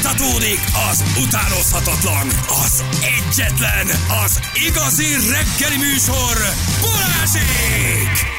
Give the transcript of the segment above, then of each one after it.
Folytatódik az utánozhatatlan, az egyetlen, az igazi reggeli műsor, Balázsék!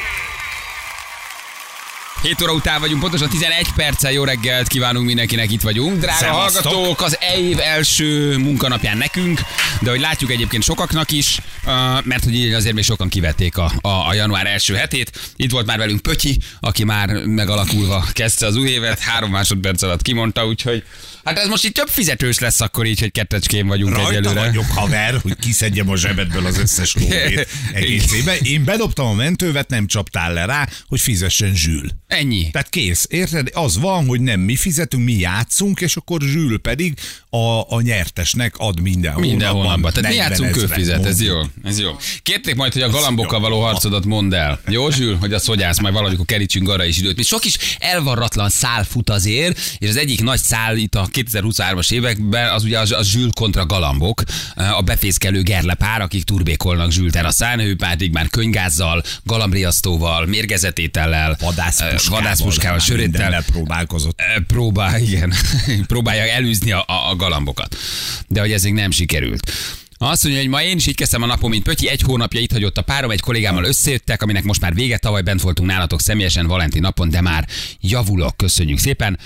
7 óra után vagyunk, pontosan 11 perccel. Jó reggelt kívánunk mindenkinek, itt vagyunk. Drága Szevasztok. hallgatók, az év első munkanapján nekünk, de hogy látjuk egyébként sokaknak is, mert hogy így azért még sokan kivették a január első hetét. Itt volt már velünk Pötyi, aki már megalakulva kezdte az új évet, 3 másodperc alatt kimondta, úgyhogy hát ez most itt több fizetős lesz akkor így, hogy kettecskén vagyunk Rajta egyelőre. vagyok, haver, hogy kiszedjem a zsebedből az összes lóvét egészében. Én bedobtam a mentővet, nem csaptál le rá, hogy fizessen Zsül. Ennyi. Tehát kész, érted? Az van, hogy nem mi fizetünk, mi játszunk, és akkor Zsül pedig a nyertesnek ad minden hónapban. Tehát mi 40 játszunk, ő 000, fizet, ez jó. mondjuk. Ez jó. Kérték majd, hogy a galambokkal való harcodat mondd el. Jó, Zsül, hogy azt hogy állsz, majd valahogy kerítsünk arra is időt. Mi sok is elvarratlan szál fut azért, és az egyik nagy szál itt a 2023-as években az ugye a Zsül kontra galambok, a befészkelő gerlepár, akik turbékolnak Zsül teraszán, ő pedig már könygázzal, galambriasztóval, mérgezetétellel, vadászpuskával, söréttel próbálkozott. Próbálja elűzni a galambokat. De hogy ez még nem sikerült. Azt mondja, hogy ma én is így kezdtem a napom, mint Pötyi, 1 hónapja itt hagyott a párom, egy kollégámmal összejöttek, aminek most már vége, tavaly bent voltunk nálatok személyesen Valentin napon, de már javulok, köszönjük szépen.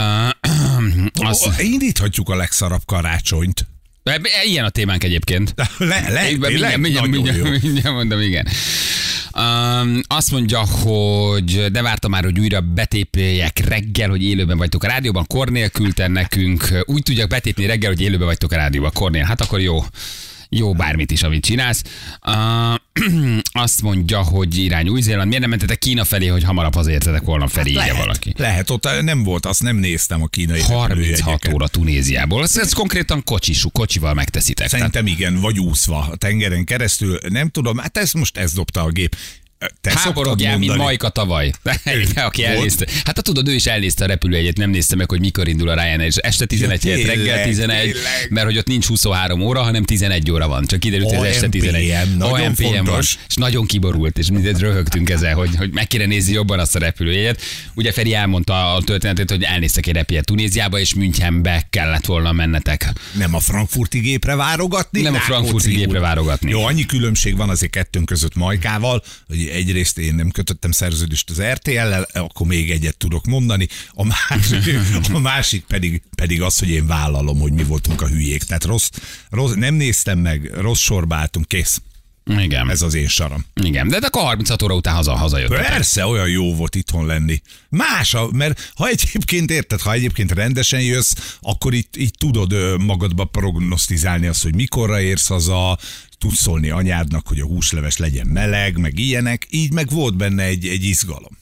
Indíthatjuk a legszarabb karácsonyt. Ilyen a témánk egyébként. Mindjárt mondom, igen. Azt mondja, hogy de vártam már, hogy újra betépeljek reggel, hogy élőben vagytok a rádióban. Kornél küldte nekünk, úgy tudjak betépni reggel, hogy élőben vagytok a rádióban. Kornél, hát akkor jó bármit is, amit csinálsz. Azt mondja, hogy irány Új-Zéland. Miért nem mentetek Kína felé, hogy hamarabb hazaértetek volna felé, írja valaki. Lehet, ott nem volt, azt nem néztem a kínai 36 óra Tunéziából. Ez konkrétan kocsival megteszitek. Szerintem igen, vagy úszva a tengeren keresztül. Nem tudom, hát ez dobta a gép. Háborogjál, mint Majka tavaly. Aki elnézte. Hát tudod, ő is elnézte a repülőjegyet, nem nézte meg, hogy mikor indul a Ryanair, és este 11 helyett reggel 11, mert hogy ott nincs 23 óra, hanem 11 óra van. Csak kiderült, hogy este 11. OMPM van, és nagyon kiborult, és mindent röhögtünk ezzel, hogy meg kéne nézni jobban azt a repülőjegyet. Ugye Feri elmondta a történetet, hogy elnéztek egy repülőt Tunéziába, és Münchenbe kellett volna mennetek. Nem a frankfurti gépre várogatni? Nem a frankfurti gépre várogatni. Jó, annyi különbség van azért kettőnk között Majkával, hogy egyrészt én nem kötöttem szerződést az RTL-lel, akkor még egyet tudok mondani, a másik pedig az, hogy én vállalom, hogy mi voltunk a hülyék. Tehát rossz, nem néztem meg, rossz sorba álltunk, kész. Igen. Ez az én saram. Igen, de akkor 36 óra után hazajöttetek. Persze, olyan jó volt itthon lenni. Más, mert ha egyébként rendesen jössz, akkor így tudod magadba prognosztizálni azt, hogy mikorra érsz haza, tudsz szólni anyádnak, hogy a húsleves legyen meleg, meg ilyenek, így meg volt benne egy izgalom.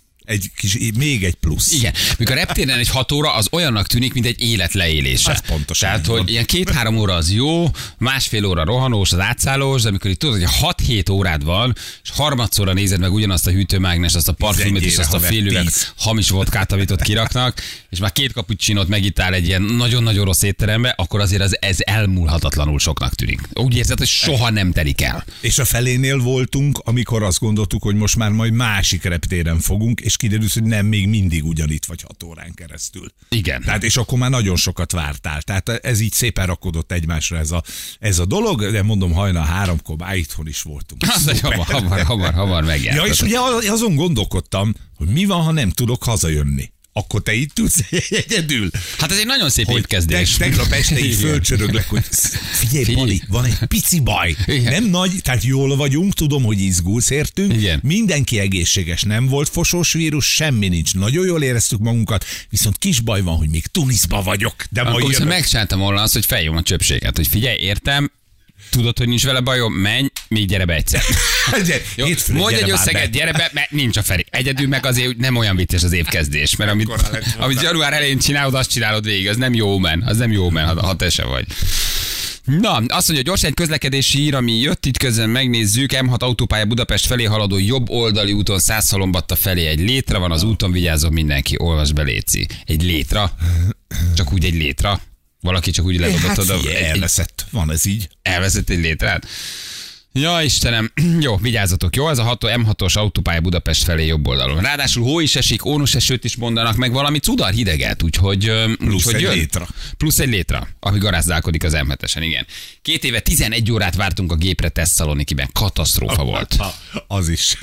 Még egy plusz. Igen, mikor a reptéren egy 6 óra az olyannak tűnik, mint egy élet leélése. Ez pontosan. Tehát, hogy ilyen 2-3 óra az jó, 1,5 óra rohanós, az átszállós, de amikor itt tudod, hogy 6-7 órád van, és harmadszorra nézed meg ugyanazt a hűtőmágnes, azt a parfümöt és azt a fél üveg hamis vodkát, amit ott kiraknak, és már 2 cappuccinót megittál egy ilyen nagyon-nagyon rossz étterembe, akkor azért ez elmúlhatatlanul soknak tűnik. Úgy érzed, hogy soha nem telik el. És a felénél voltunk, amikor azt gondoltuk, hogy most már majd másik reptéren fogunk, és kiderült, hogy nem, még mindig ugyanitt vagy 6 órán keresztül. Igen. Tehát, és akkor már nagyon sokat vártál. Tehát ez így szépen rakodott egymásra ez a dolog, de mondom, hajnal 3-kor már itthon is voltunk. Hamar megjártatok. Ja, és ugye azon gondolkodtam, hogy mi van, ha nem tudok hazajönni. Akkor te itt tudsz egyedül. Hát ez egy nagyon szép étkezdés. Tegnap este így fölcsöröglek, hogy figyelj, Bali, van egy pici baj. Igen. Nem nagy, tehát jól vagyunk, tudom, hogy izgulsz értünk. Igen. Mindenki egészséges, nem volt fosós vírus, semmi nincs. Nagyon jól éreztük magunkat, viszont kis baj van, hogy még Tunisba vagyok. De akkor viszont megcsináltam volna azt, hogy feljön a csöpséget, hogy figyelj, értem, tudod, hogy nincs vele bajom, menj, még gyere be egyszer. Mondj egy összeget, gyere be, mert nincs a Feri. Egyedül meg azért nem olyan vicces az évkezdés, mert amit január elején csinálod, azt csinálod végig, az nem jó men, ha te se vagy. Na, azt mondja, gyorsan egy közlekedési hír, ami jött itt közben, megnézzük. M6 autópálya Budapest felé haladó jobb oldali úton Szászhalombatta felé egy létre van az úton, vigyázzon mindenki, olvasd be, léci. Egy létra? Csak úgy egy létra? Valaki csak úgy ledobott oda. Elveszett, van ez így. Elveszett egy létrát? Ja, Istenem, jó, vigyázzatok, jó? Ez a M6-os autópálya Budapest felé jobb oldalon. Ráadásul hó is esik, ónos esőt is mondanak, meg valami cudar hideget, úgyhogy Plusz egy létra, ami garázdálkodik az M7-esen, igen. 2 éve 11 órát vártunk a gépre Tesszalonikiben, katasztrófa volt. Az is.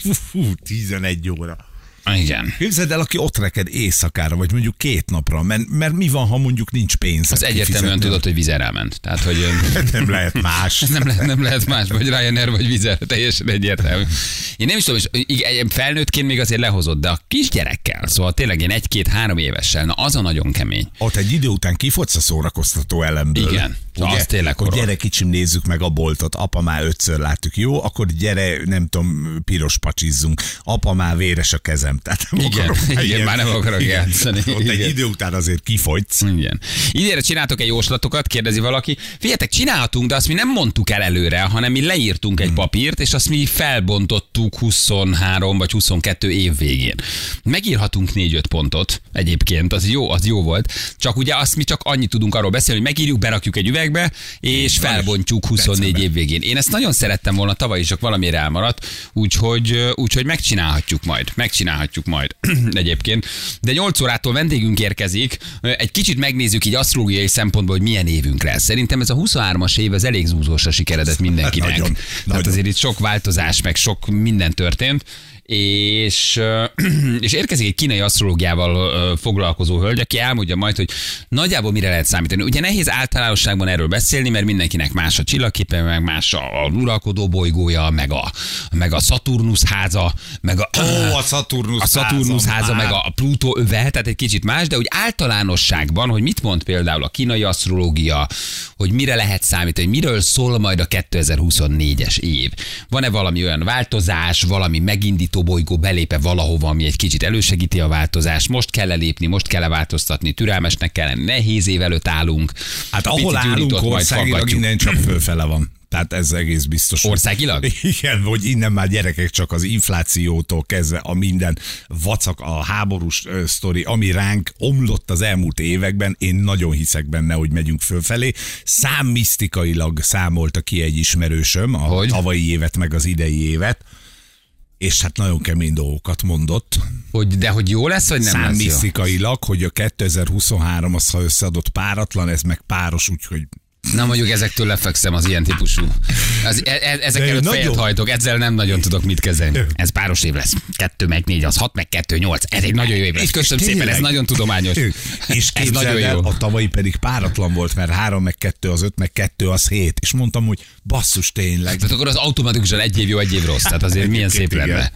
11 óra. Igen. Képzeld el, aki ott reked éjszakára, vagy mondjuk 2 napra, mert mi van, ha mondjuk nincs pénz? Az egyértelműen tudod, hogy Wizz Air ment. Tehát, hogy nem lehet más. nem lehet más, vagy Ryanair, vagy Wizz Air, teljesen egyértelmű. Én nem is tudom, és felnőttként még azért lehozott, de a kisgyerekkel, szóval tényleg én 1-2-3 évessel, na az a nagyon kemény. Ott egy idő után kifogysz a szórakoztató elemből. Igen. Ugye, az tényleg hogy gyere kicsim, nézzük meg a boltot. Apa, már 5-ször láttuk. Jó, akkor gyere, nem tudom, piros pacsizzunk. Apa, már véres a kezem. Tehát igen, már nem akarok játszani. Ott egy idő után azért kifogysz. Igen. Idénre csináltok egy jóslatokat, kérdezi valaki. Figyeljetek, csinálhatunk, de azt mi nem mondtuk el előre, hanem mi leírtunk egy papírt, és azt mi felbontottuk 23 vagy 22 év végén. Megírhatunk 4-5 pontot egyébként, az jó volt. Csak ugye azt mi csak annyit tudunk arról beszélni, hogy megírjuk, berakjuk egy üvegbe, és felbontjuk 24 év végén. Én ezt nagyon szerettem volna, tavaly is csak valamiért elmaradt, úgyhogy megcsinálhatjuk majd egyébként. De 8 órától vendégünk érkezik, egy kicsit megnézzük így asztrológiai szempontból, hogy milyen évünk lesz. Szerintem ez a 23-as év az elég zúzósra sikeredett mindenkinek. Tehát azért itt sok változás, meg sok minden történt. És érkezik egy kínai asztrológiával foglalkozó hölgy, aki elmondja majd, hogy nagyjából mire lehet számítani. Ugye nehéz általánosságban erről beszélni, mert mindenkinek más a csillagképe, meg más a uralkodó bolygója, meg a Szaturnusz háza, meg a Szaturnusz háza, meg a Plutó öve, tehát egy kicsit más, de úgy általánosságban, hogy mit mond például a kínai asztrológia, hogy mire lehet számítani, hogy miről szól majd a 2024-es év. Van-e valami olyan változás, valami megindító bolygó belépe valahova, ami egy kicsit elősegíti a változást, most kell lépni, most kell változtatni, türelmesnek kell lenni, nehéz év előtt állunk. Hát ahol állunk országilag, innen csak fölfele van. Tehát ez egész biztos. Országilag? Igen, hogy innen már gyerekek csak az inflációtól kezdve a minden vacak, a háborús sztori, ami ránk omlott az elmúlt években, én nagyon hiszek benne, hogy megyünk fölfelé. Számmisztikailag számolta ki egy ismerősöm a tavalyi évet meg az idei évet, és hát nagyon kemény dolgokat mondott. De hogy jó lesz, vagy nem lesz jó? Számmisztikailag, hogy a 2023 az, ha összeadott páratlan, ez meg páros, úgyhogy... Na mondjuk ezektől lefekszem az ilyen típusú. Ezek előtt fejet hajtok, ezzel nem nagyon tudok mit kezdeni. Ez páros év lesz. 2 meg 4 az 6 meg 2 8. Ez egy nagyon jó év lesz. Köszönöm szépen, ez nagyon tudományos. És ez nagyon jó. A tavalyi pedig páratlan volt, mert 3 meg 2 az 5 meg 2 az 7. És mondtam, hogy basszus tényleg. Tehát akkor az automatikusan 1 év jó, 1 év rossz. Tehát azért milyen szép lenne.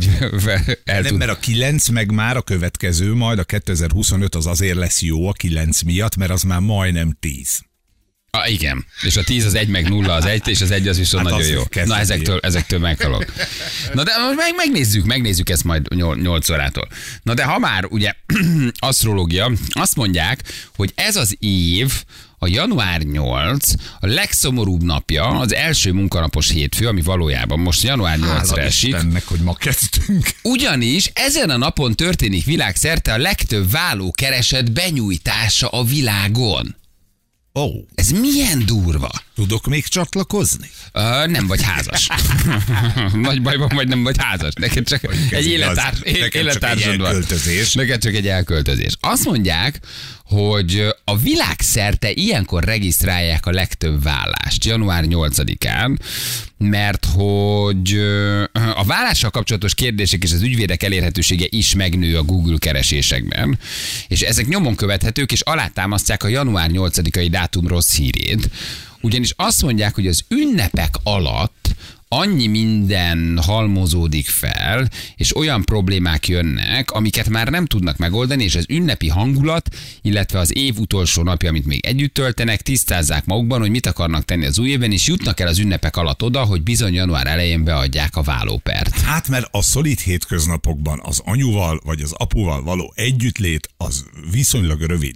Nem, mert a 9 meg már a következő, majd a 2025 az azért lesz jó a 9 miatt, mert az már majdnem 10. Igen, és a 10 az 1 meg 0 az 1, és az 1 az viszont nagyon jó. Na ezektől meghalok. Na de megnézzük ezt majd 8 órától. Na de ha már ugye asztrológia, azt mondják, hogy ez az év, a január 8 a legszomorúbb napja, az első munkanapos hétfő, ami valójában most január 8-ra esik. Istennek, hogy ma kezdtünk. Ugyanis ezen a napon történik világszerte a legtöbb vállókereset benyújtása a világon. Oh. Ez milyen durva. Tudok még csatlakozni? Nem vagy házas. Nagy bajban vagy, nem vagy házas. Neked csak egy élettársad van. Neked csak egy elköltözés. Azt mondják, hogy a világszerte ilyenkor regisztrálják a legtöbb vállást, január 8-án, mert hogy a vállással kapcsolatos kérdések és az ügyvédek elérhetősége is megnő a Google keresésekben, és ezek nyomon követhetők, és alátámasztják a január 8-ai dátum rossz hírét, ugyanis azt mondják, hogy az ünnepek alatt annyi minden halmozódik fel, és olyan problémák jönnek, amiket már nem tudnak megoldani, és az ünnepi hangulat, illetve az év utolsó napja, amit még együtt töltenek, tisztázzák magukban, hogy mit akarnak tenni az új évben, és jutnak el az ünnepek alatt oda, hogy bizony január elején beadják a vállópert. Hát mert a szolid hétköznapokban az anyuval vagy az apuval való együttlét az viszonylag rövid.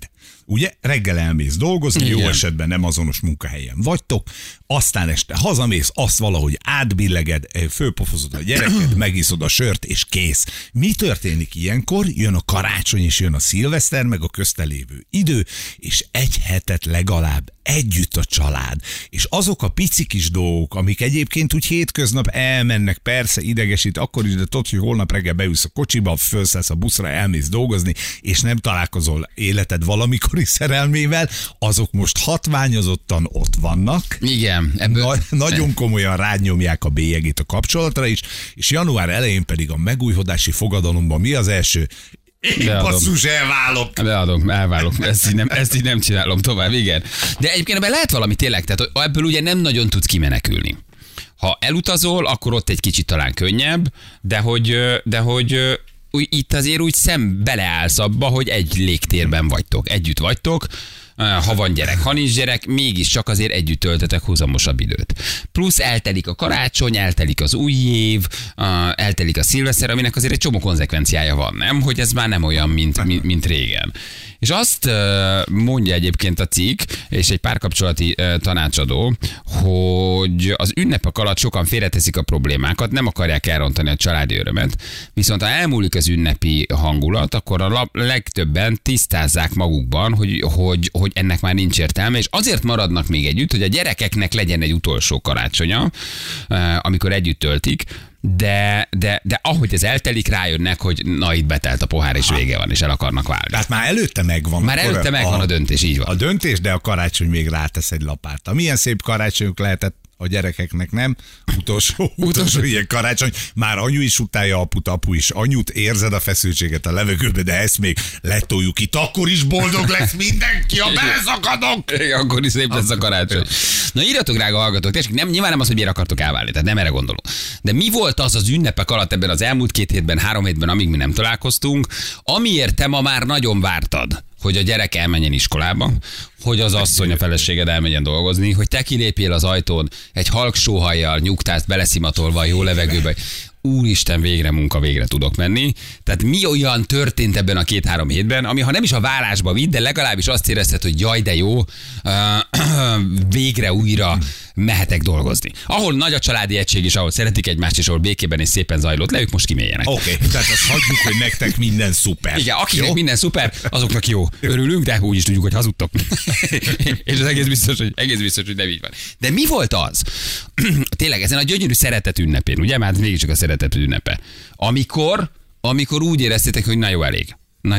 Ugye reggel elmész dolgozni, Igen. jó esetben nem azonos munkahelyen vagytok, aztán este hazamész, azt valahogy átbilleged, fölpofozod a gyereket, megiszod a sört, és kész. Mi történik ilyenkor? Jön a karácsony, és jön a szilveszter, meg a köztelévő idő, és egy hetet legalább együtt a család. És azok a pici kis dolgok, amik egyébként úgy hétköznap elmennek, persze idegesít, akkor is, de tudod, hogy holnap reggel beülsz a kocsiba, felszállsz a buszra, elmész dolgozni, és nem találkozol életed valamikori szerelmével, azok most hatványozottan ott vannak. Igen. Ebből... Nagyon komolyan rányomják a bélyegét a kapcsolatra is, és január elején pedig a megújhodási fogadalomban mi az első? Én basszus, elválok. Elválok. Ezt így nem csinálom tovább, igen. De egyébként ebben lehet valami tényleg, tehát ebből ugye nem nagyon tudsz kimenekülni. Ha elutazol, akkor ott egy kicsit talán könnyebb, de hogy itt azért úgy beleállsz abba, hogy egy légtérben vagytok, együtt vagytok, ha van gyerek, ha nincs gyerek, mégiscsak azért együtt töltetek húzamosabb időt. Plusz eltelik a karácsony, eltelik az új év, eltelik a szilveszter, aminek azért egy csomó konzekvenciája van, nem? Hogy ez már nem olyan, mint régen. És azt mondja egyébként a cikk, és egy párkapcsolati tanácsadó, hogy az ünnepek alatt sokan félreteszik a problémákat, nem akarják elrontani a családi örömet, viszont ha elmúlik az ünnepi hangulat, akkor a legtöbben tisztázzák magukban, hogy ennek már nincs értelme, és azért maradnak még együtt, hogy a gyerekeknek legyen egy utolsó karácsonya, amikor együtt töltik, de ahogy ez eltelik, rájönnek, hogy na itt betelt a pohár, és vége van, és el akarnak válni. Tehát már előtte megvan. Már előtte megvan a döntés, így van. A döntés, de a karácsony még rátesz egy lapát. Milyen szép karácsonyuk lehetett a gyerekeknek, nem? Utolsó ilyen karácsony. Már anyu is utálja aput, apu is anyut, érzed a feszültséget a levegőbe, de ezt még letoljuk itt, akkor is boldog lesz mindenki, ha beleszakadok! Akkor is szép lesz a karácsony. Na írjatok, drága hallgatók, nyilván nem az, hogy miért akartok elválni, tehát nem erre gondolok. De mi volt az ünnepek alatt ebben az elmúlt 2 hétben, 3 hétben, amíg mi nem találkoztunk, amiért te ma már nagyon vártad, hogy a gyerek elmenjen iskolába, hogy az asszony, a feleséged elmenjen dolgozni, hogy te kilépjél az ajtón egy halk sóhajjal, nyugtázt beleszimatolva a jó levegőbe. Úristen, végre tudok menni. Tehát mi olyan történt ebben a 2-3 hétben, ami ha nem is a vállásba vitt, de legalábbis azt érezted, hogy jaj, de jó, végre újra mehetek dolgozni. Ahol nagy a családi egység is, ahol szeretik egymást, és ahol békében és szépen zajlott le, ők most kiméljenek. Oké, tehát azt hagyjuk, hogy nektek minden szuper. Igen, akiknek jó? Minden szuper, azoknak jó. Örülünk, de úgy is tudjuk, hogy hazudtok. És az egész biztos, hogy nem így van. De mi volt az? Tényleg ezen a gyönyörű szeretet ünnepén, ugye? Már mégiscsak a szeretet ünnepe. Amikor úgy éreztétek, hogy na jó, elég.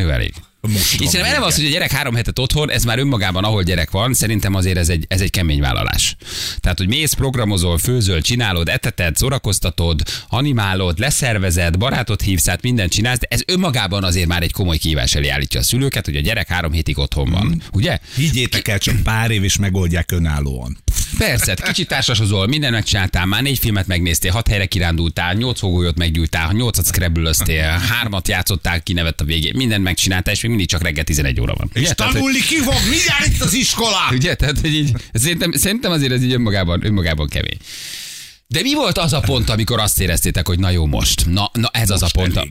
És szerintem nem az, hogy a gyerek 3 hetet otthon, ez már önmagában, ahol gyerek van, szerintem azért ez egy kemény vállalás. Tehát, hogy mész, programozol, főzöl, csinálod, eteted, szórakoztatod, animálod, leszervezed, barátot hívsz, hát mindent csinálsz, de ez önmagában azért már egy komoly kihívás elé állítja a szülőket, hogy a gyerek 3 hétig otthon van. Ugye? Higgyétek el, csak pár év és megoldják önállóan. Persze, kicsit társasozol, minden megcsináltál, már 4 filmet megnéztél, 6 helyre kirándultál, 8 fogójót meggyújtál, 8-at scrabble-öztél, 3-at játszottál, kinevett a végén, mindent megcsináltál, és még mindig csak reggel 11 óra van. És ugye, tanulni ki fog, mindjárt itt az iskola! Ugye, tehát, hogy így, szerintem azért ez így önmagában kemény. De mi volt az a pont, amikor azt éreztétek, hogy na jó, most? Na ez az a pont,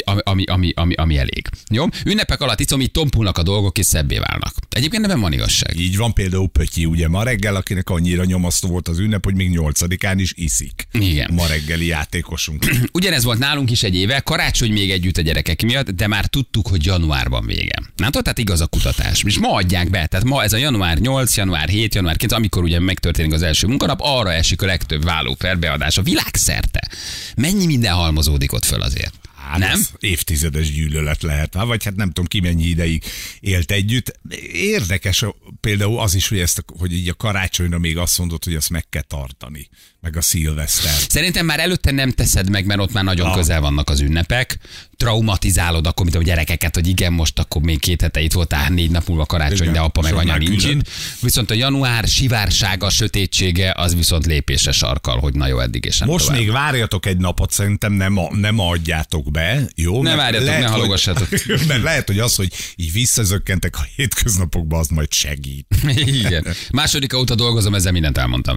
ami elég. Jó? Ünnepek alatt iszom, így tompulnak a dolgok, és szebbé válnak. Egyébként nem van igazság. Így van például Pötyi, ugye ma reggel, akinek annyira nyomasztó volt az ünnep, hogy még 8-án is iszik. Igen. Ma reggeli játékosunk. Ugyanez volt nálunk is egy éve, karácsony még együtt a gyerekek miatt, de már tudtuk, hogy januárban vége. Látod, tehát igaz a kutatás. És ma adják be, tehát ma ez a január 8, január 7, január 9, amikor ugye megtörténik az első munkanap, arra esik a legtöbb vállóperbeadás a világszerte. Mennyi minden halmozódik ott föl azért? Hát nem? Évtizedes gyűlölet lehet, vagy hát nem tudom ki mennyi ideig élt együtt. Érdekes például az is, hogy így a karácsonyra még azt mondod, hogy azt meg kell tartani, meg a szilveszter. Szerintem már előtte nem teszed meg, mert ott már nagyon közel vannak az ünnepek. Traumatizálod akkor, mint a gyerekeket, hogy igen, most akkor még 2 hete itt voltál, 4 nap múlva karácsony, igen, de apa meg anya nincs. Viszont a január sivársága, sötétsége, az viszont lépésre sarkal, hogy na jó, eddig és nem most tovább. Még várjatok egy napot, szerintem nem adjátok be, jó? Ne várjatok, ne halogassatok. Mert lehet, hogy az, hogy így visszazökkentek a hétköznapokba, az majd segít. Igen. Második óta dolgozom, ezzel mindent elmondtam.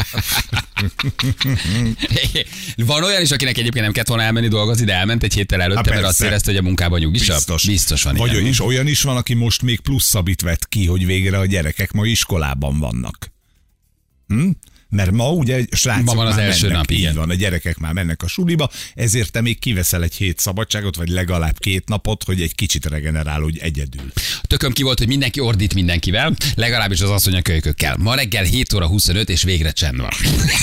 Van olyan is, akinek egyébként nem kellett volna elmenni dolgozni, de elment egy héttel előtte, mert azt érezte, hogy a munkában nyugisabb. Biztos van. Vagy igen. olyan is van, aki most még plusz szabit vett ki, hogy végre a gyerekek ma iskolában vannak. Mert ma ugye srácok ma van az már első mennek, nap, igen. Így van, a gyerekek már mennek a suliba, ezért te még kiveszel egy hét szabadságot, vagy legalább 2 napot, hogy egy kicsit regenerálódj egyedül. A tököm ki volt, hogy mindenki ordít mindenkivel, legalábbis az asszony a kölykökkel. Ma reggel 7 óra 25, és végre csend van.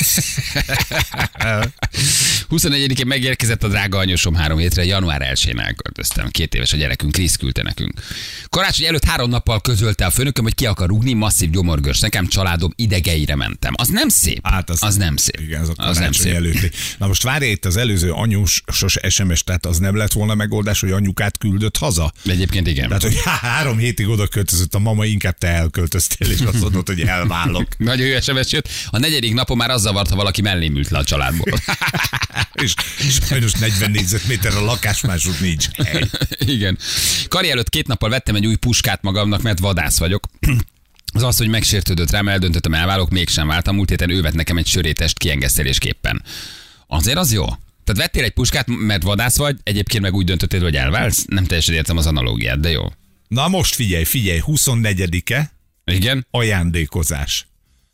24-én megérkezett a drága anyósom 3 hétre, január 1-én elköltöztem. 2 éves a gyerekünk, Krisz küldte nekünk. Karácsony előtt 3 nappal közölte a főnököm, hogy ki akar rúgni, masszív gyomorgörs. Nekem családom idegeire mentem. Az nem szép. Hát az nem szép. Igen, az nem szép. Előtti. Na most várj, itt az előző anyusos SMS, tehát az nem lett volna megoldás, hogy anyukát küldött haza? Egyébként igen. Tehát, hogy 3 hétig oda költözött a mama, inkább te elköltöztél, és azt mondod, hogy elválok. Nagyon jó SMS jött. A 4. napon már az zavart, ha valaki mellém ült le a családból. és sajnos 40 négyzetméter a lakás, mások nincs hely. Igen. Kari előtt 2 nappal vettem egy új puskát magamnak, mert vadász vagyok. Az, hogy megsértődött rám, eldöntöttem, elválok, mégsem váltam. Múlt héten ő vett nekem egy sörétest kiengesztelésképpen. Azért az jó. Tehát vettél egy puskát, mert vadász vagy, egyébként meg úgy döntöttél, hogy elválsz? Nem teljesen értem az analógiát, de jó. Na most figyelj, 24-e. Igen. Ajándékozás.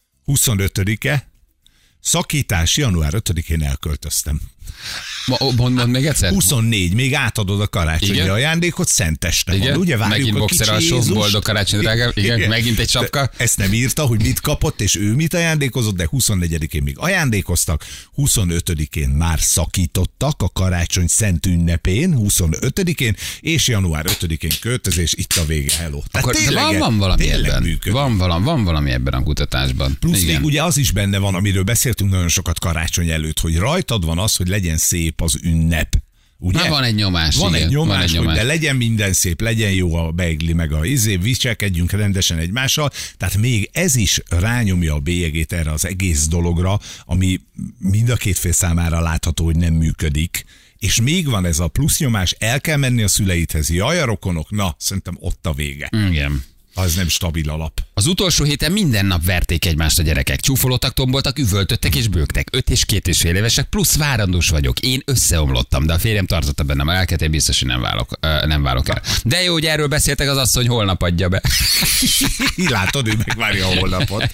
25-e. Szakítás, január 5-én elköltöztem. Mondd még egyszer. 24, még átadod a karácsonyi ajándékot, szenteste van. Ugye várjuk megint a kicsi Jézust. Boldog karácsony, drágám. Igen, megint egy sapka. Ezt nem írta, hogy mit kapott, és ő mit ajándékozott, de 24-én még ajándékoztak, 25-én már szakítottak a karácsony szent ünnepén, 25-én, és január 5-én költözés, itt a vége, hello. Akkor van valami ebben. Van valami ebben a kutatásban. Plusz még ugye az is benne van, amiről beszéltünk nagyon sokat karácsony előtt, hogy rajtad van az, hogy legyen szép az ünnep. Ugye? Van egy nyomás. Van egy nyomás, hogy de legyen minden szép, legyen jó a beigli, meg a viselkedjünk rendesen egymással. Tehát még ez is rányomja a bélyegét erre az egész dologra, ami mind a két fél számára látható, hogy nem működik. És még van ez a plusz nyomás, el kell menni a szüleidhez, jaj a rokonok, na, szerintem ott a vége. Igen. Az nem stabil alap. Az utolsó héten minden nap verték egymást a gyerekek. Csúfolottak, tomboltak, üvöltöttek és bőgtek. 5 és 2,5 évesek, plusz várandós vagyok. Én összeomlottam, de a férjem tartotta bennem a lelket, én biztos, hogy nem válok el. De jó, hogy erről beszéltek, az asszony holnap adja be. Látod, ő megvárja a holnapot.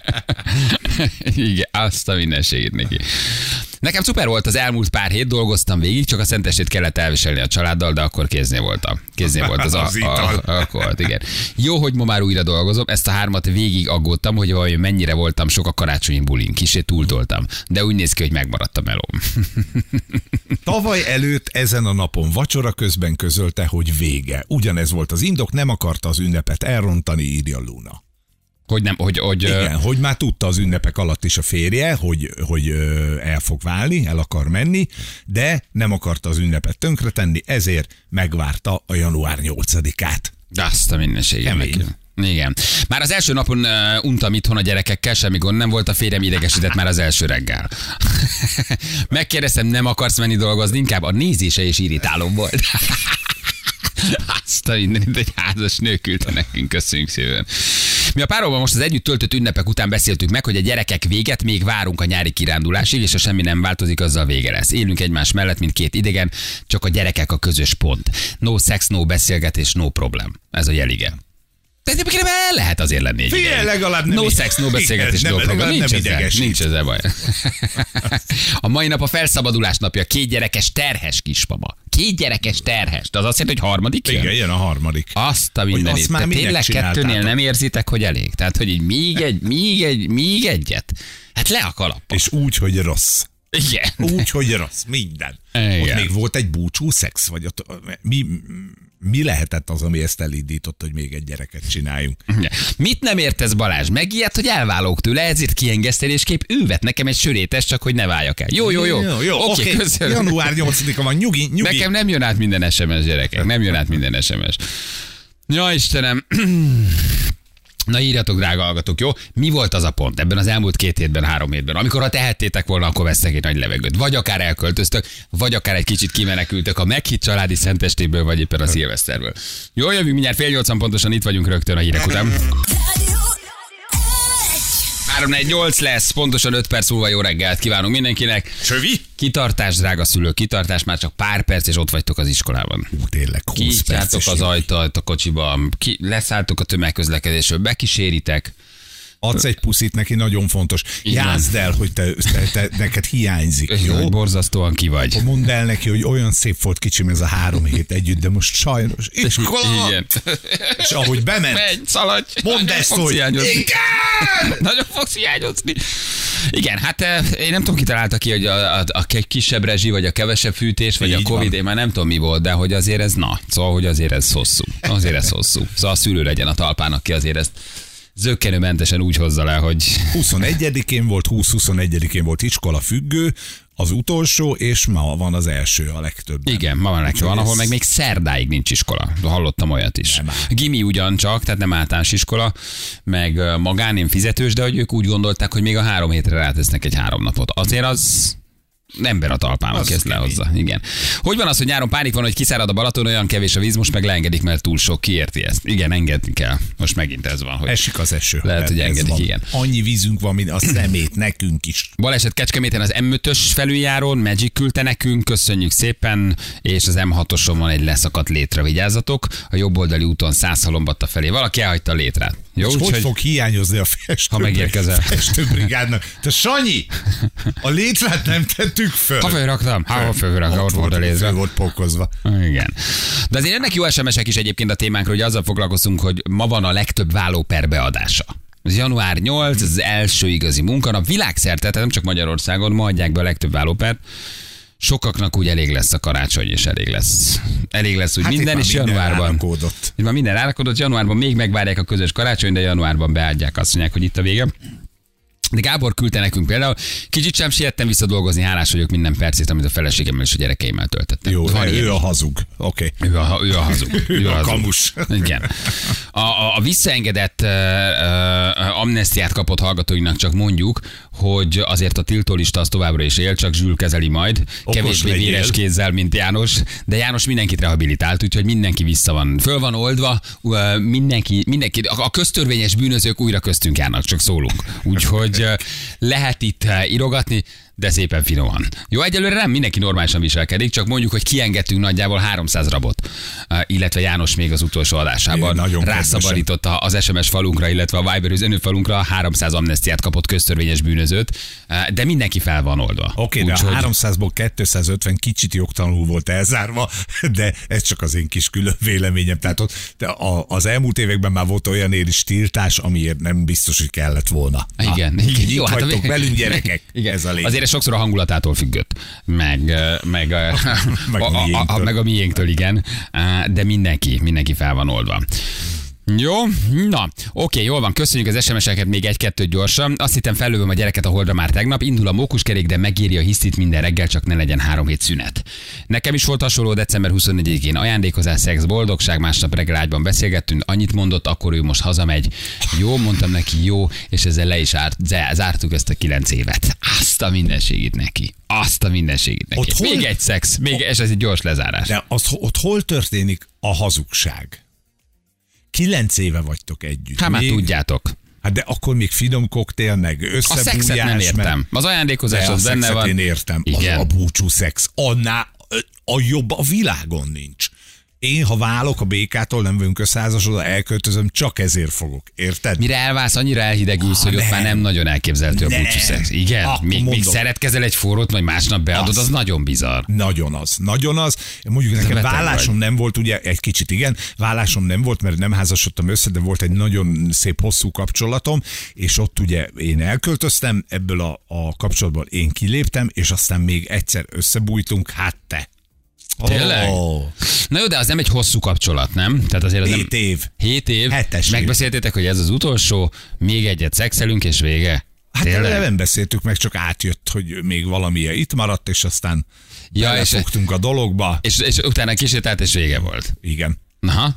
Igen, azt a mindenségét neki. Nekem szuper volt az elmúlt pár hét, dolgoztam végig, csak a szentestét kellett elviselni a családdal, de akkor kéznél voltam. Kéznél volt az akkor, igen. Jó, hogy ma már újra dolgozom, ezt a 3 végig aggódtam, hogy vajon mennyire voltam sok a karácsonyi bulin, kicsit túltoltam, de úgy néz ki, hogy megmaradt a melóm. Tavaly előtt ezen a napon vacsora közben közölte, hogy vége. Ugyanez volt az indok, nem akarta az ünnepet elrontani, írja Luna. Hogy nem, Igen, hogy már tudta az ünnepek alatt is a férje, hogy el fog válni, el akar menni, de nem akarta az ünnepet tönkretenni, ezért megvárta a január 8-át. De azt a mindenségem. Igen. Már az első napon untam itthon a gyerekekkel, semmi gond nem volt, a férjem idegesített már az első reggel. Megkérdeztem, nem akarsz menni dolgozni, inkább a nézése is irritáló volt. Azt a mindenit egy házas nő küldte nekünk, köszönjük szépen. Mi a párommal most az együtt töltött ünnepek után beszéltük meg, hogy a gyerekek véget, még várunk a nyári kirándulásig, és ha semmi nem változik, azzal vége lesz. Élünk egymás mellett, mint 2 idegen, csak a gyerekek a közös pont. No sex, no beszélgetés, no problem. Ez a jelige. De egyébként lehet azért lenni egy idegen. Legalább nem. No sex, no beszélgetés, no problem. Nincs ezzel baj. A mai nap a felszabadulás napja, 2 gyerekes terhes kismama. 2 gyerekes terhes. De az azt jelenti, hogy harmadik jön? Igen, jön a harmadik. Azt a mindenit. Te tényleg 2-nél nem érzitek, hogy elég? Tehát, hogy így még egyet. Hát le a kalap. És úgy, hogy rossz. Igen. Úgy, hogy rossz. Minden. Igen. Ott még volt egy búcsú szex? Vagy ott, mi lehetett az, ami ezt elindított, hogy még egy gyereket csináljunk? Mit nem értesz, Balázs? Megijedt, hogy elválok tőle, ezért kiengesztelésképp ő vett nekem egy sörétes, csak hogy ne váljak el. Jó. Oké, köszönöm. Január 8-a van, nyugi. Nekem nem jön át minden SMS, gyerekek. Nem jön át minden SMS. Ja, Istenem. Na írjatok, drága hallgatók, jó? Mi volt az a pont ebben az elmúlt 2 hétben, 3 hétben, amikor ha tehettétek volna, akkor vesztek egy nagy levegőt. Vagy akár elköltöztök, vagy akár egy kicsit kimenekültök a meghitt családi szentestéből, vagy éppen a szilveszterből. Jó, jövünk mindjárt 7:30 pontosan, itt vagyunk rögtön a hírek után. 3-4-8 lesz, pontosan 5 perc múlva jó reggelt kívánunk mindenkinek. Sövi? Kitartás, drága szülők, kitartás, már csak pár perc, és ott vagytok az iskolában. Tényleg 20 perc. Az ajtót a kocsiba, leszálltok a tömegközlekedésről, bekíséritek. Adsz egy puszit neki, nagyon fontos. Játszd el, hogy te neked hiányzik, jó? Hogy borzasztóan ki vagy. Akkor mondd el neki, hogy olyan szép volt kicsim ez a 3 hét együtt, de most sajnos iskola. Igen. És ahogy bement, menj, szaladj. Mondd ezt, hogy igen! Nagyon fogsz hiányozni. Igen, hát én nem tudom, ki találta ki, hogy a kisebb rezsi, vagy a kevesebb fűtés, vagy a Covid, én már nem tudom, mi volt, de hogy azért ez szóval, hogy azért ez hosszú. Szóval a szülő legyen a talpán, aki azért ezt zökkenőmentesen úgy hozza le, hogy... 21-én volt, 20-21-én volt iskola függő, az utolsó, és ma van az első a legtöbb. Igen, ma van a legtöbb. Van, ahol még szerdáig nincs iskola. Hallottam olyat is. Gimi ugyancsak, tehát nem általános iskola, meg magán, én fizetős, de hogy ők úgy gondolták, hogy még a 3 hétre rátesznek egy 3 napot. Azért az... ember a talpának ezt lehozza. Igen. Hogy van az, hogy nyáron pánik van, hogy kiszárad a Balaton, olyan kevés a víz, most meg leengedik, mert túl sok. Ki érti ezt? Igen, engedni kell. Most megint ez van. Hogy esik az eső. Lehet, hogy engedik, igen. Annyi vízünk van, mint a szemét nekünk is. Baleset Kecskeméten az M5-ös felüljárón, Magic küldte nekünk, köszönjük szépen, és az M6-oson van egy leszakadt létre, vigyázzatok. A jobboldali úton Szászhalombatta felé. Valaki elhagyta a létrát. Jó, hogy fog hiányozni a festőbrigádnak? Te Sanyi, a létrát nem tettük föl. Ha fölraktam, ott volt a létre. Föl volt pokozva. Igen. De azért ennek jó SMS-ek is egyébként a témánkról, hogy azzal foglalkozunk, hogy ma van a legtöbb vállóper beadása. Ez január 8, ez az első igazi munkanap. Világszerte, tehát nem csak Magyarországon, ma adják be a legtöbb vállópert. Sokaknak úgy elég lesz a karácsony, és elég lesz úgy minden, és januárban. Itt már minden rárakodott, januárban még megvárják a közös karácsony, de januárban beadják, azt mondják, hogy itt a vége. De Gábor küldte nekünk például, kicsit sem siettem visszadolgozni, hálás vagyok minden percét, amit a feleségemmel és a gyerekeimmel töltöttem. Jó, ő a hazug. Oké. Ő a hazug. Ő a kamus. Igen. A visszaengedett amnesztiát kapott hallgatóinknak csak mondjuk, hogy azért a tiltólista az továbbra is él, csak Zsül kezeli majd. Kevésbé véres kézzel, mint János, de János mindenkit rehabilitált, úgyhogy mindenki vissza van. Föl van oldva, mindenki, a köztörvényes bűnözők újra köztünk járnak, csak szólunk. Úgyhogy lehet itt írogatni, de szépen finoman. Jó, egyelőre nem mindenki normálisan viselkedik, csak mondjuk, hogy kiengedtünk nagyjából 300 rabot, illetve János még az utolsó adásában rászabadította az SMS falunkra, illetve a Viber üzenőfalunkra 300 amnesztiát kapott köztörvényes bűnözőt, de mindenki fel van oldva. Oké, de a 300-ból 250 kicsit jogtalanul volt elzárva, de ez csak az én kis külön véleményem. Tehát ott, az elmúlt években már volt olyan is tiltás, amiért nem biztos, hogy kellett volna. Igen. Jó, hát vagytok velünk, gyerekek. Igen. Ez a lényeg. Azért sokszor a hangulatától függött, meg a miénktől, igen, de mindenki fel van oldva. Jó, na, oké, jól van, köszönjük az SMS-eket még 1-2 gyorsan. Azt hittem fellövöm a gyereket a Holdra már tegnap, indul a mókuskerék, de megéri a hisztit minden reggel, csak ne legyen 3 hét szünet. Nekem is volt hasonló, december 24-én ajándékozás, szex, boldogság, másnap reggel ágyban beszélgettünk, annyit mondott, akkor ő most hazamegy. Jó, mondtam neki, jó, és ezzel le is zártuk ezt a 9 évet. Azt a mindenségét neki. Még egy szex, és ez egy gyors lezárás. De ott hol történik a hazugság? 9 éve vagytok együtt. Hát már tudjátok. Hát de akkor még finom koktél, meg összebújás. A szexet nem értem. Az ajándékozás az benne van. Én értem. Igen. A búcsú szex. Annál a jobb a világon nincs. Én, ha válok a békától, nem vagyunk összeházasodva, elköltözöm, csak ezért fogok. Érted? Mire elválsz, annyira elhidegülsz, hogy ott már nem nagyon elképzelhető a búcsú szex. Igen? Még szeretkezel egy forrót, majd másnap beadod, az nagyon bizarr. Nagyon az. Mondjuk nekem vállásom nem volt, ugye egy kicsit igen, vállásom nem volt, mert nem házasodtam össze, de volt egy nagyon szép hosszú kapcsolatom, és ott ugye én elköltöztem, ebből a kapcsolatból én kiléptem, és aztán még egyszer összebújtunk, hát te. Tényleg? Na jó, de az nem egy hosszú kapcsolat, nem? Tehát azért az 7 év. 7 év? 7-es megbeszéltétek, hogy ez az utolsó, még egyet szexelünk, és vége? Hát nem beszéltük meg, csak átjött, hogy még valamilyen itt maradt, és aztán belefogtunk a dologba. És utána kísértelt, és vége volt. Igen. Aha.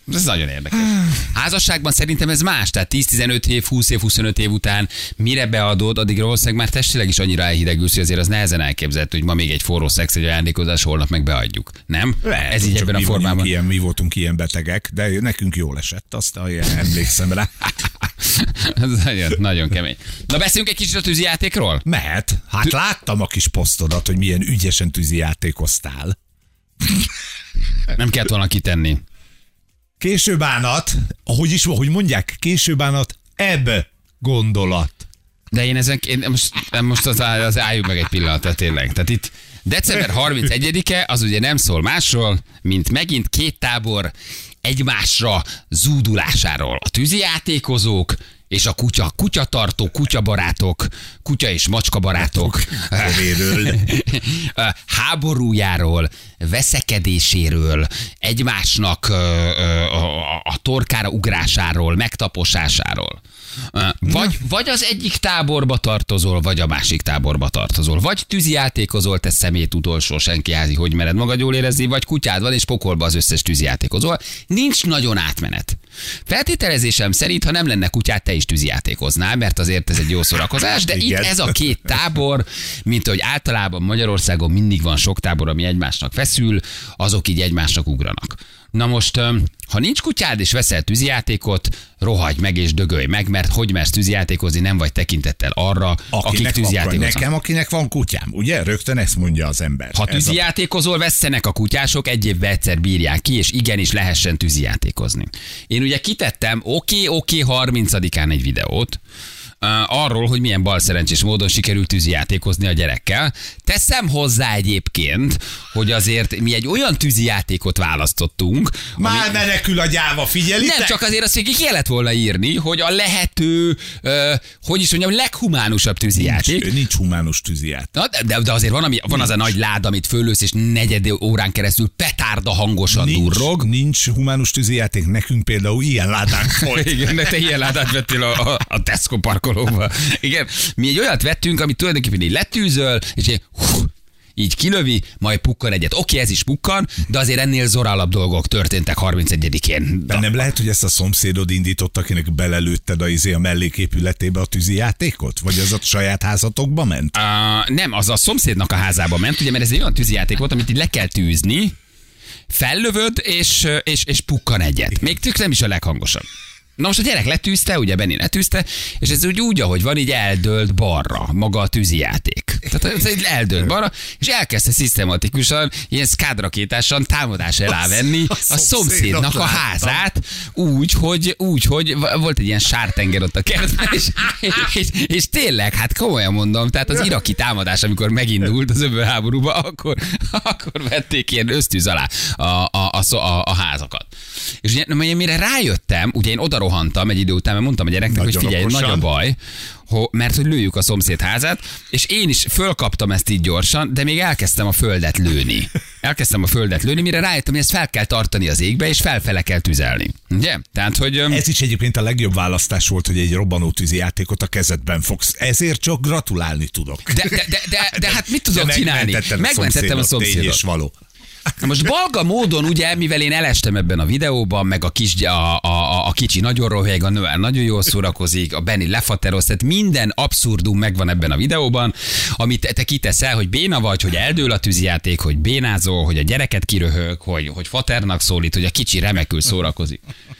Ez nagyon érdekes. Házasságban szerintem ez más, tehát 10-15 év, 20 év, 25 év után mire beadod, addig valószínűleg már testileg is annyira elhidegülsz, hogy azért az nehezen elképzelhető, hogy ma még egy forró szex, egy ajándékozás, holnap meg beadjuk. Nem? Lehet, ez így ebben a formában. Mi voltunk ilyen betegek, de nekünk jól esett, azt emlékszem rá. Ez nagyon kemény. Na beszéljünk egy kicsit a tűzijátékról? Mehet. Hát láttam a kis posztodat, hogy milyen ügyesen tűzijátékoztál. Nem kellett volna kitenni. Későbánat, ahogy mondják, későbánat, gondolat. De én most az álljunk meg egy pillanatot tényleg. Tehát itt december 31-e az ugye nem szól másról, mint megint két tábor egymásra zúdulásáról. A tűzijátékozók és a kutyatartó, kutyabarátok, kutya és macska barátok háborújáról, veszekedéséről, egymásnak a torkára ugrásáról, megtaposásáról. Vagy az egyik táborba tartozol, vagy a másik táborba tartozol. Vagy tűzijátékozol, te szemét utolsó senkiházi, hogy mered magad jól érezni, vagy kutyád van, és pokolba az összes tűzijátékozol. Nincs nagyon átmenet. Feltételezésem szerint, ha nem lenne kutyát, te is tűzijátékoznál, mert azért ez egy jó szórakozás, de itt ez a két tábor, mint hogy általában Magyarországon mindig van sok tábor, ami egymásnak feszül, azok így egymásnak ugranak. Na most, ha nincs kutyád és veszel tűzijátékot, rohagy meg és dögölj meg, mert hogy mersz tűzijátékozni, nem vagy tekintettel arra, akik tűzijátékoznak. Nekem, akinek van kutyám, ugye? Rögtön ezt mondja az ember. Ha tűzijátékozol, vesszenek a kutyások, egy évben egyszer bírják ki, és igenis lehessen tűzijátékozni. Én ugye kitettem, oké, 30-án egy videót, arról, hogy milyen balszerencsés módon sikerült tűzijátékozni a gyerekkel. Teszem hozzá egyébként, hogy azért mi egy olyan tűzijátékot választottunk. Már menekül a gyáva, figyelitek? Nem, csak azért azt ki kellett volna írni, hogy a lehető, leghumánusabb tűzijáték. Nincs humánus tűzijáték. De azért van az a nagy láda, amit fölősz, és negyed órán keresztül petárda hangosan durrog. Nincs humánus tűzijáték, nekünk például ilyen ládánk volt. Igen, de te ilyen ládát vettél a Tesco parkolóba. Igen, mi egy olyat vettünk, amit tulajdonképpen így letűzöl, és így kilövi, majd pukkan egyet. Oké, ez is pukkan, de azért ennél zorálabb dolgok történtek 31-én. De nem lehet, hogy ezt a szomszédod indított, akinek belelőtted a melléképületébe a tűzijátékot? Vagy az a saját házatokba ment? Nem, az a szomszédnak a házába ment, ugye, mert ez egy olyan tűzijáték volt, amit így le kell tűzni, fellövöd, és pukkan egyet. Még tök nem is a leghangosabb. Na most a gyerek letűzte, ugye Benni letűzte, és ez úgy, ahogy van, így eldőlt balra maga a tűzijáték. Tehát ez így eldőlt balra, és elkezdte szisztematikusan, ilyen szkádrakétásan támadás alá venni a szomszédnak a házát, úgy, hogy volt egy ilyen sártenger ott a kertben, és tényleg, hát komolyan mondom, tehát az iraki támadás, amikor megindult az öbölháborúba, akkor vették ilyen ösztűz alá a házakat. És ugye, mire rájöttem, ugye én oda rohantam egy idő után, mert mondtam a gyereknek, hogy figyelj, nagy a baj, mert hogy lőjük a szomszéd házát, és én is fölkaptam ezt így gyorsan, de még elkezdtem a földet lőni. Mire rájöttem, hogy ezt fel kell tartani az égbe, és felfele kell tüzelni. Ugye? Tehát, hogy... Ez is egyébként a legjobb választás volt, hogy egy robbanó tűzijátékot a kezedben fogsz. Ezért csak gratulálni tudok. De hát mit tudok csinálni? Megmentettem a szomszédot. Na most balga módon, ugye, mivel én elestem ebben a videóban, meg a kicsi nagyon roheg, a nővel nagyon jól szórakozik, a Benni lefateroz, tehát minden abszurdum megvan ebben a videóban, amit te kiteszel, hogy béna vagy, hogy eldől a tűzijáték, hogy bénázol, hogy a gyereket kiröhög, hogy faternak szólít, hogy a kicsi remekül szórakozik.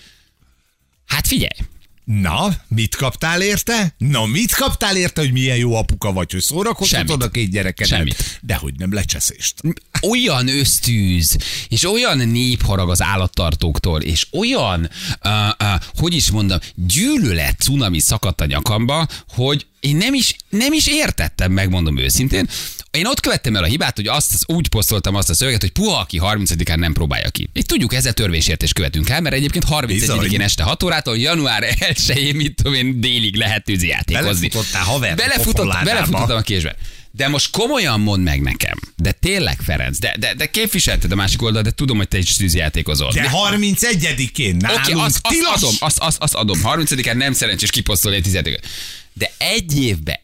Hát figyelj! Na, mit kaptál érte? Hogy milyen jó apuka vagy, hogy szórakoztatod a két gyereket? Semmit. Dehogy nem, lecseszést. Olyan ösztűz, és olyan népharag az állattartóktól, és olyan, hogy is mondom, gyűlölet cunami szakadt a nyakamba, hogy én nem is értettem, megmondom őszintén. Én ott követtem el a hibát, hogy úgy posztoltam azt a szöveget, hogy puha, aki 30-án nem próbálja ki. Itt tudjuk, ezzel törvénysértést követünk el, mert egyébként 31-én este 6 órától január 1-én, mit tudom én, délig lehet tűzijátékozni. Belefutottál haver. Belefutottam a késbe. De most komolyan mondd meg nekem, de tényleg, Ferenc, de képviselted a másik oldalt, de tudom, hogy te is tűzijátékozol. De 31-én nálunk tilos. Azt adom. 30-án nem szerencsés kiposztolni egy tűzijátékot. De egy évbe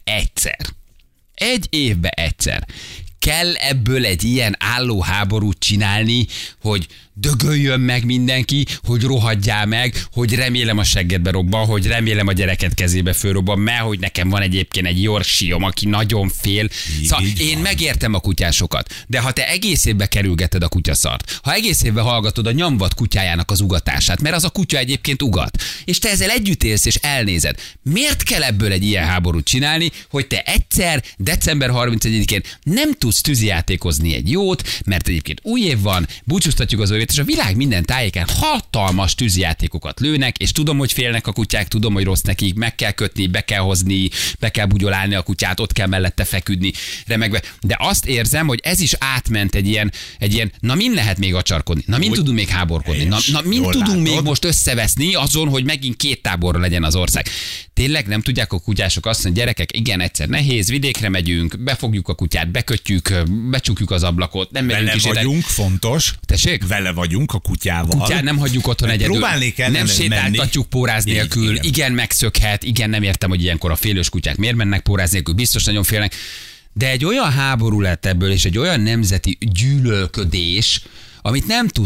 egyszer kell ebből egy ilyen álló háborút csinálni, hogy dögöljön meg mindenki, hogy rohadjál meg, hogy remélem a seggedbe robban, hogy remélem a gyereket kezébe fölrobban, mert hogy nekem van egyébként egy Yorkshire-om, aki nagyon fél. Szóval én megértem a kutyásokat, de ha te egész évben kerülgeted a kutyaszart, ha egész évben hallgatod a nyomvat kutyájának az ugatását, mert az a kutya egyébként ugat, és te ezzel együtt élsz és elnézed, miért kell ebből egy ilyen háborút csinálni, hogy te egyszer december 31-én nem tudsz tűzijátékozni egy jót, mert egyébként új év van, búcsúztatjuk az új évet, és a világ minden tájéken hatalmas tűzijátékokat lőnek, és tudom, hogy félnek a kutyák, tudom, hogy rossz nekik, meg kell kötni, be kell hozni, be kell bugyolálni a kutyát, ott kell mellette feküdni, remegve. De azt érzem, hogy ez is átment egy ilyen na min lehet még acsarkodni, na min tudunk még háborkodni, na min tudunk még most összeveszni azon, hogy megint két táborra legyen az ország. Tényleg nem tudják a kutyások azt mondani, gyerekek, igen, egyszer nehéz, vidékre megyünk, befogjuk a kutyát, bekötjük, becsukjuk az ablakot, nem megyünk is vagyunk, fontos. Tessék? Vele vagyunk a kutyával. Kutyát nem hagyjuk otthon egyedül. Nem sétáltatjuk póráz nélkül. Igen, megszökhet. Igen, nem értem, hogy ilyenkor a félős kutyák miért mennek póráz nélkül. Biztos nagyon félnek. De egy olyan háború lett ebből, és egy olyan nemzeti gyűlölködés, amit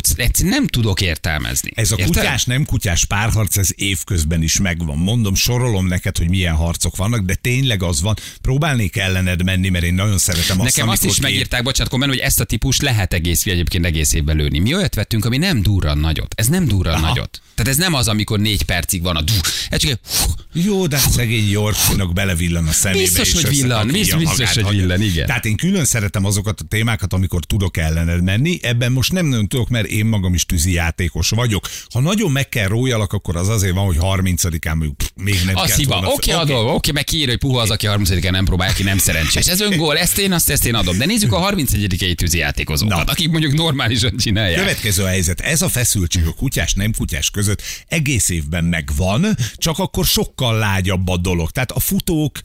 nem tudok értelmezni. Ez a kutyás, nem kutyás párharc, ez évközben is megvan. Mondom, sorolom neked, hogy milyen harcok vannak, de tényleg az van. Próbálnék ellened menni, mert én nagyon szeretem azt, nekem azt is megírták, bocsánat, komment, hogy ezt a típust lehet egyébként egész évben lőni. Mi olyat vettünk, ami nem durran nagyot. Ez nem durran nagyot. Tehát ez nem az, amikor 4 percig van a ez csak jó, de szegény Yorkshire-nak belevillan a szemébe. Biztos, hogy villan, biztos, hogy villan, igen. Tehát én külön szeretem azokat a témákat, amikor tudok ellened menni. Ebben most nem nagyon tudok, mert én magam is tűzijátékos vagyok. Ha nagyon meg kell rójalak, akkor az azért van, hogy 30-án még nem kell volna. Oké, meg kiír, hogy puha az, aki 30-án nem próbál, aki nem szerencsés. Ez öngól, ezt én adom. De nézzük a 31-i tűzijátékozókat, akik mondjuk normálisan csinálják. Következő a helyzet. Ez a feszültség a kutyás, nem kutyás között egész évben megvan, csak akkor sokkal lágyabb a dolog. Tehát a futók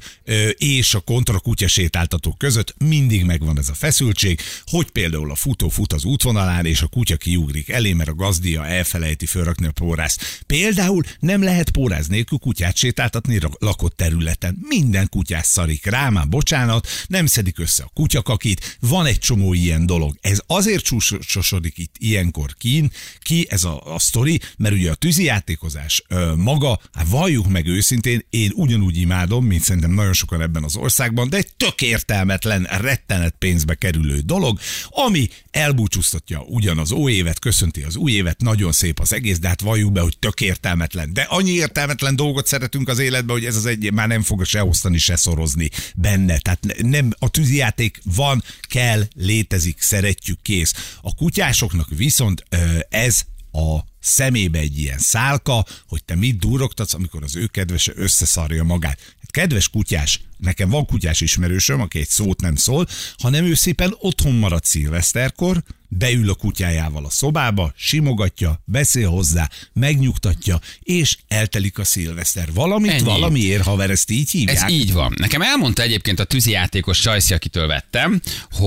és a kontra kutyasétáltatók között mindig megvan ez a feszültség, hogy például a futó fut az útvonalán, és a kutya kiugrik elé, mert a gazdia elfelejti fölrakni a pórázt. Például nem lehet póráz nélkül kutyát sétáltatni lakott területen. Minden kutyás szarik rá, már bocsánat, nem szedik össze a kutyakakit, van egy csomó ilyen dolog. Ez azért csúcsosodik itt ilyenkor ki ez a sztori, mert ugye a tűzijátékozás maga, hát valljuk meg őszintén, én ugyanúgy imádom, mint szerintem nagyon sokan ebben az országban, de egy tök értelmetlen, rettenet pénzbe kerülő dolog, ami elbúcsúztatja ugyan az új évet, köszönti az új évet, nagyon szép az egész, de hát valljuk be, hogy tök értelmetlen. De annyi értelmetlen dolgot szeretünk az életben, hogy ez az egy már nem fog se osztani, se szorozni benne. Tehát nem, a tűzijáték van, kell, létezik, szeretjük, kész. A kutyásoknak viszont ez a szemébe egy ilyen szálka, hogy te mit durrogtatsz, amikor az ő kedvese összeszarja magát. Hát kedves kutyás, nekem van kutyás ismerősöm, aki egy szót nem szól, hanem ő szépen otthon marad szilveszterkor, beül a kutyájával a szobába, simogatja, beszél hozzá, megnyugtatja, és eltelik a szilveszter. Valamiért, haver, ezt így hívják. Ez így van. Nekem elmondta egyébként a tűzijátékos Sajszi, akitől vettem,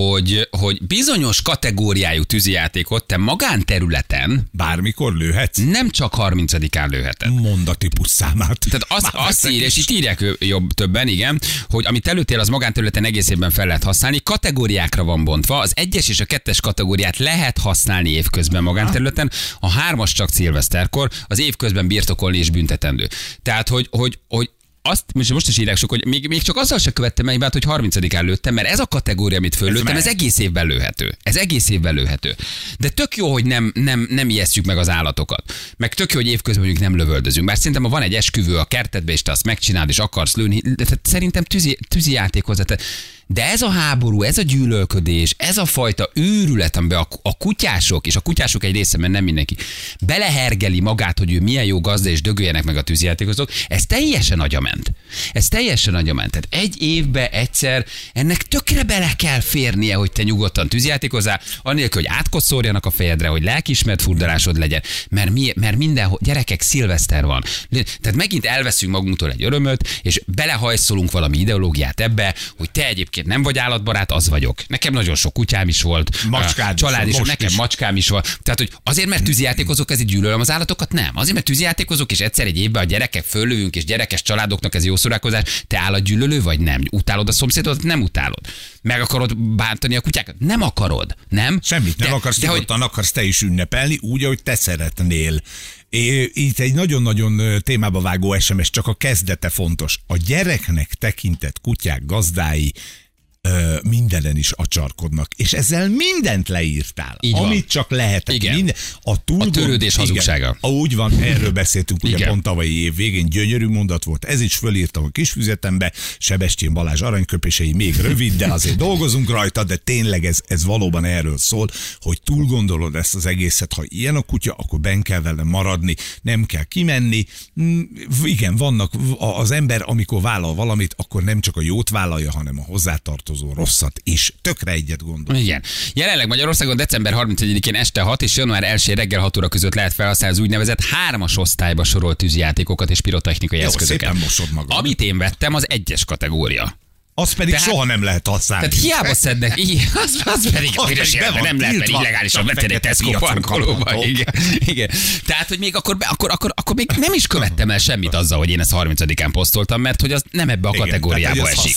hogy bizonyos kategóriájú tűzijátékot te magánterületen bármikor lőhetsz? Nem csak 30-án lőheted. Mondd a típus számát. Tehát azt írja, és itt írják többen, igen, hogy amit előttél, az magánterületen egész évben fel lehet használni. Kategóriákra van bontva. Az 1-es és a 2-es kategóriát lehet használni évközben magánterületen, a 3-as csak szilveszterkor, az évközben birtokolni és büntetendő. Tehát, hogy azt most is írják sok, hogy még csak azzal se követtem meg, hogy 30-án lőttem, mert ez a kategória, amit föllőttem, ez egész évben lőhető. Ez egész évben lőhető. De tök jó, hogy nem ijesztjük meg az állatokat. Meg tök jó, hogy évközben mondjuk nem lövöldözünk. Bár szerintem, ha van egy esküvő a kertedbe, és te azt megcsinálod, és akarsz lőni, de szerintem tűzijáték hozzá. De ez a háború, ez a gyűlölködés, ez a fajta őrület, amiben a kutyások, és a kutyások egy része, mert nem mindenki, belehergeli magát, hogy ő milyen jó gazda, és dögöljenek meg a tűzijátékozók, ez teljesen agyament. Tehát egy évben egyszer ennek tökre bele kell férnie, hogy te nyugodtan tűzijátékozzál, annélkül, hogy átkosszorjanak a fejedre, hogy lelkiismert furdalásod legyen, mert mindenhol, gyerekek, szilveszter van. Tehát megint elveszünk magunktól egy örömöt, és belehajszolunk valami ideológiát ebbe, hogy te egyébként egyébként nem vagy állatbarát, az vagyok. Nekem nagyon sok kutyám is volt, család is, nekem is. Macskám is van. Tehát, hogy azért, mert tűzijátékozok, ezért gyűlölöm az állatokat? Nem. Azért, mert tűzijátékozok, és egyszer egy évben a gyerekek föllövünk, és gyerekes családoknak ez jó szórakozás. Te állatgyűlölő vagy nem? Utálod a szomszédot? Nem utálod. Meg akarod bántani a kutyákat? Nem akarod. Nem? Semmit nem akarsz, nyugodtan akarsz te is ünnepelni, úgy, ahogy te szeretnél. Itt egy nagyon-nagyon témába vágó SMS, csak a kezdete fontos. A gyereknek tekintett kutyák gazdái mindenen is acsarkodnak. És ezzel mindent leírtál. Amit csak lehetett. Minden, a törődés hazugsága. Úgy van, erről beszéltünk ugye pont tavalyi év végén, gyönyörű mondat volt. Ez is fölírtam a kisfüzetembe. Sebestyén Balázs aranyköpései még rövid, de azért dolgozunk rajta, de tényleg ez valóban erről szól, hogy túl gondolod ezt az egészet, ha ilyen a kutya, akkor benn kell vele maradni, nem kell kimenni. Igen, vannak az ember, amikor vállal valamit, akkor nem csak a jót vállalja, hanem a hozzátartozó rosszat is. Tökre egyet gondol. Igen. Jelenleg Magyarországon december 31-én este 6 és január 1 reggel 6 óra között lehet felhasználni az úgynevezett 3-as osztályba sorolt tűzijátékokat és pirotechnikai eszközöket. Szépen mosod magad. Amit én vettem, az 1-es kategória. Az pedig tehát, soha nem lehet használni. Tehát hiába szednek, az pedig a piros életben nem lehet, mert illegálisan vetted egy Tesco parkolóba. Igen. Tehát, hogy még akkor még nem is követtem el semmit azzal, hogy én ezt 30-án posztoltam, mert hogy az nem ebbe a kategóriába esik.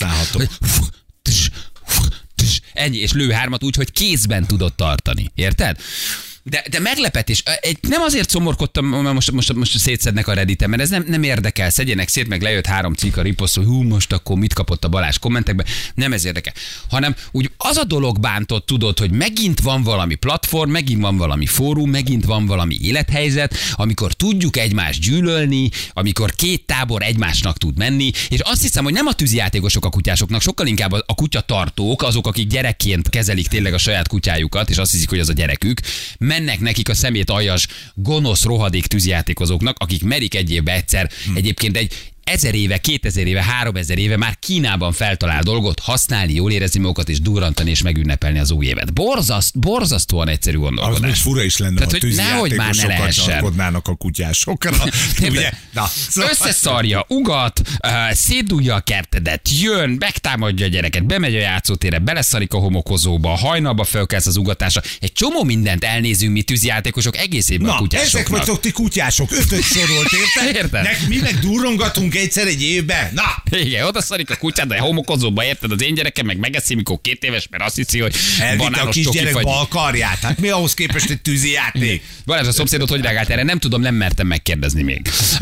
Ennyi, és lő 3-at úgy, hogy kézben tudod tartani. Érted? De meglepetés. Nem azért szomorkodtam, most szétszednek a Redditen, mert ez nem érdekel. Szedjenek szét, meg lejött 3 cikk a riposzt, hogy most akkor mit kapott a Balázs kommentekben. Nem ez érdekel. Hanem úgy az a dolog bántott, tudod, hogy megint van valami platform, megint van valami fórum, megint van valami élethelyzet, amikor tudjuk egymást gyűlölni, amikor két tábor egymásnak tud menni, és azt hiszem, hogy nem a tűzijátékosok a kutyásoknak, sokkal inkább a kutyatartók, azok, akik gyerekként kezelik tényleg a saját kutyájukat, és azt hiszik, hogy az a gyerekük, mennek nekik a szemét aljas, gonosz, rohadék tűzijátékozóknak, akik merik egy évbe egyszer egyébként egy 1000 éve, 2000 éve, 3000 éve már Kínában feltalál dolgot, használni, jól érezni magukat, és durrantani, és megünnepelni az új évet. Borzasztóan egyszerű gondolkodás. Az még fura is lenne, tehát, hogy tűzijátékosokat csarkodnának a kutyásokra. Ugye? Összeszarja, ugat, szétdugja a kertedet, jön, megtámadja a gyereket, bemegy a játszótérre, beleszarik a homokozóba, hajnalba fölkelsz az ugatásra. Egy csomó mindent elnézünk mi tűzijátékosok egész évben a kutyásoknak. Ezek vagytok ti kutyások, 5 sorolt, érted? Mi meg durrongatunk egyszer egy évben. Na! Igen, oda szarik a kutyát, de homokozóba, érted? Az én gyerekem meg megeszi, mikor 2 éves, mert azt hiszi, hogy elvitte a kisgyerek balkarját. Hát mi ahhoz képest egy tűzijáték? Balázs, a szomszédot hogy reagált erre? Nem tudom, nem mertem megkérdezni még.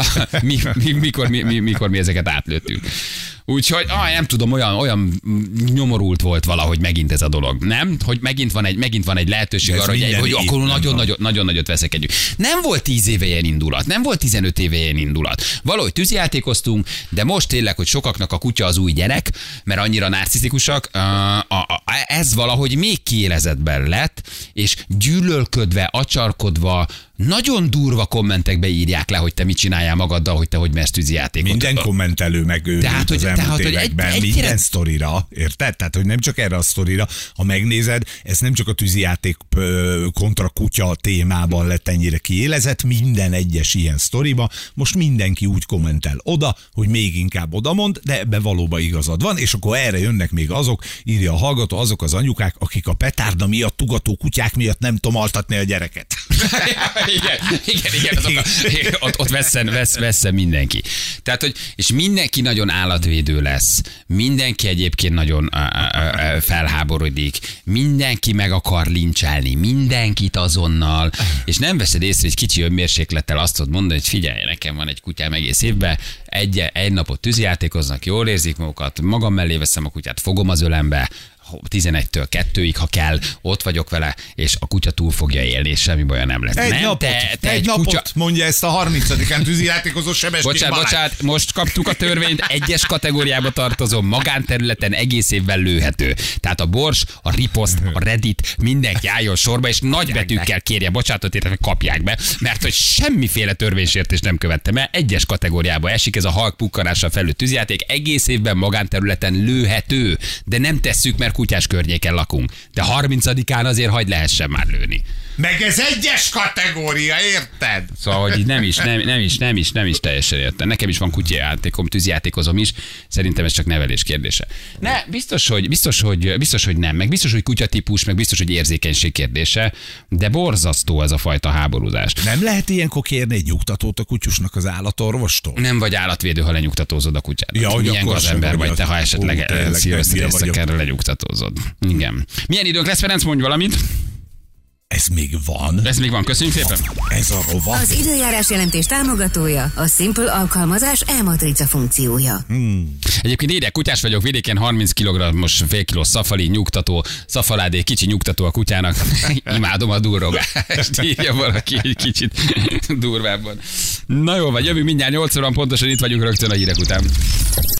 Mikor mi ezeket átlőttük. Úgyhogy nem tudom, olyan nyomorult volt valahogy megint ez a dolog. Nem? Hogy megint van egy lehetőség arra, hogy akkor nagyon nagyot veszekedjük. Nem volt 10 éve ilyen indulat, nem volt 15 éve ilyen indulat. Valahogy tűzijátékoztunk, de most tényleg, hogy sokaknak a kutya az új gyerek, mert annyira narcisztikusak, ez valahogy még kiélezettben lett, és gyűlölködve, acsarkodva, nagyon durva kommentekbe írják le, hogy te mit csináljál magaddal, hogy te hogy mersz tűzijátékot. Minden kommentelő megőrült az elmúlt években, minden sztorira, érted? Tehát, hogy nem csak erre a sztorira, ha megnézed, ez nem csak a tűzijáték kontra kutya témában lett ennyire kiélezett, minden egyes ilyen sztoriba, most mindenki úgy kommentel oda, hogy még inkább odamond, de ebben valóban igazad van, és akkor erre jönnek még azok, írja a hallgató, azok az anyukák, akik a petárda miatt, ugató kutyák miatt nem tudom altatni a gyereket. Igen, ott vesszen mindenki. Tehát, hogy, és mindenki nagyon állatvédő lesz, mindenki egyébként nagyon felháborodik, mindenki meg akar lincselni, mindenkit azonnal, és nem veszed észre, hogy kicsi önmérséklettel azt tudod mondani, hogy figyelj, nekem van egy kutyám egész évben, egy napot tűzijátékoznak, jól érzik magukat, magam mellé veszem a kutyát, fogom az ölembe, 11-től 2-ig, ha kell, ott vagyok vele, és a kutya túl fogja élni, és semmi baja nem lesz. Egy napot mondja ezt a 30-án tűzijátékozó Sebestyén Balázs. Bocsánat, most kaptuk a törvényt, 1-es kategóriába tartozom, magánterületen egész évvel lőhető. Tehát a Bors, a Riposzt, a Reddit, mindenki álljon sorba, és nagybetűkkel kérje bocsánatot, hogy kapják be, mert hogy semmiféle törvénysértést nem követtem el, 1-es kategóriába esik ez a halk pukkanással felült tűzijáték, egész évben magánterületen lőhető, de nem tesszük, mert kutyás környéken lakunk. De 30-án azért hagy lehessen már lőni. Meg ez egyes kategória, érted? Szóval, hogy nem is teljesen értem. Nekem is van kutyajátékom, tűzjátékozom is. Szerintem ez csak nevelés kérdése. Biztos, hogy nem. Meg biztos, hogy kutyatípus, meg biztos, hogy érzékenység kérdése. De borzasztó ez a fajta háborúzás. Nem lehet ilyenkor kérni egy nyugtatót a kutyusnak az állatorvostól? Nem vagy állatvédő, ha lenyugtatózod a kutyát. Ja, milyen gazember vagy te, ha esetleg szilveszterre lenyugtatózod. Igen. Milyen időnk lesz, Ferenc, mondj valamit. Ez még van? Ez még van, köszönjük szépen. Ez a rovat. Az időjárás jelentés támogatója a Simple alkalmazás e-matrica funkciója. Egyébként ide kutyás vagyok, vidéken 30 kg-os fél kiló szafali, nyugtató, szafaládé, kicsi nyugtató a kutyának. Imádom a durrogást. Írja valaki egy kicsit durvábban. Na jó, vagy jövünk mindjárt 8 óra, pontosan itt vagyunk rögtön a hírek után.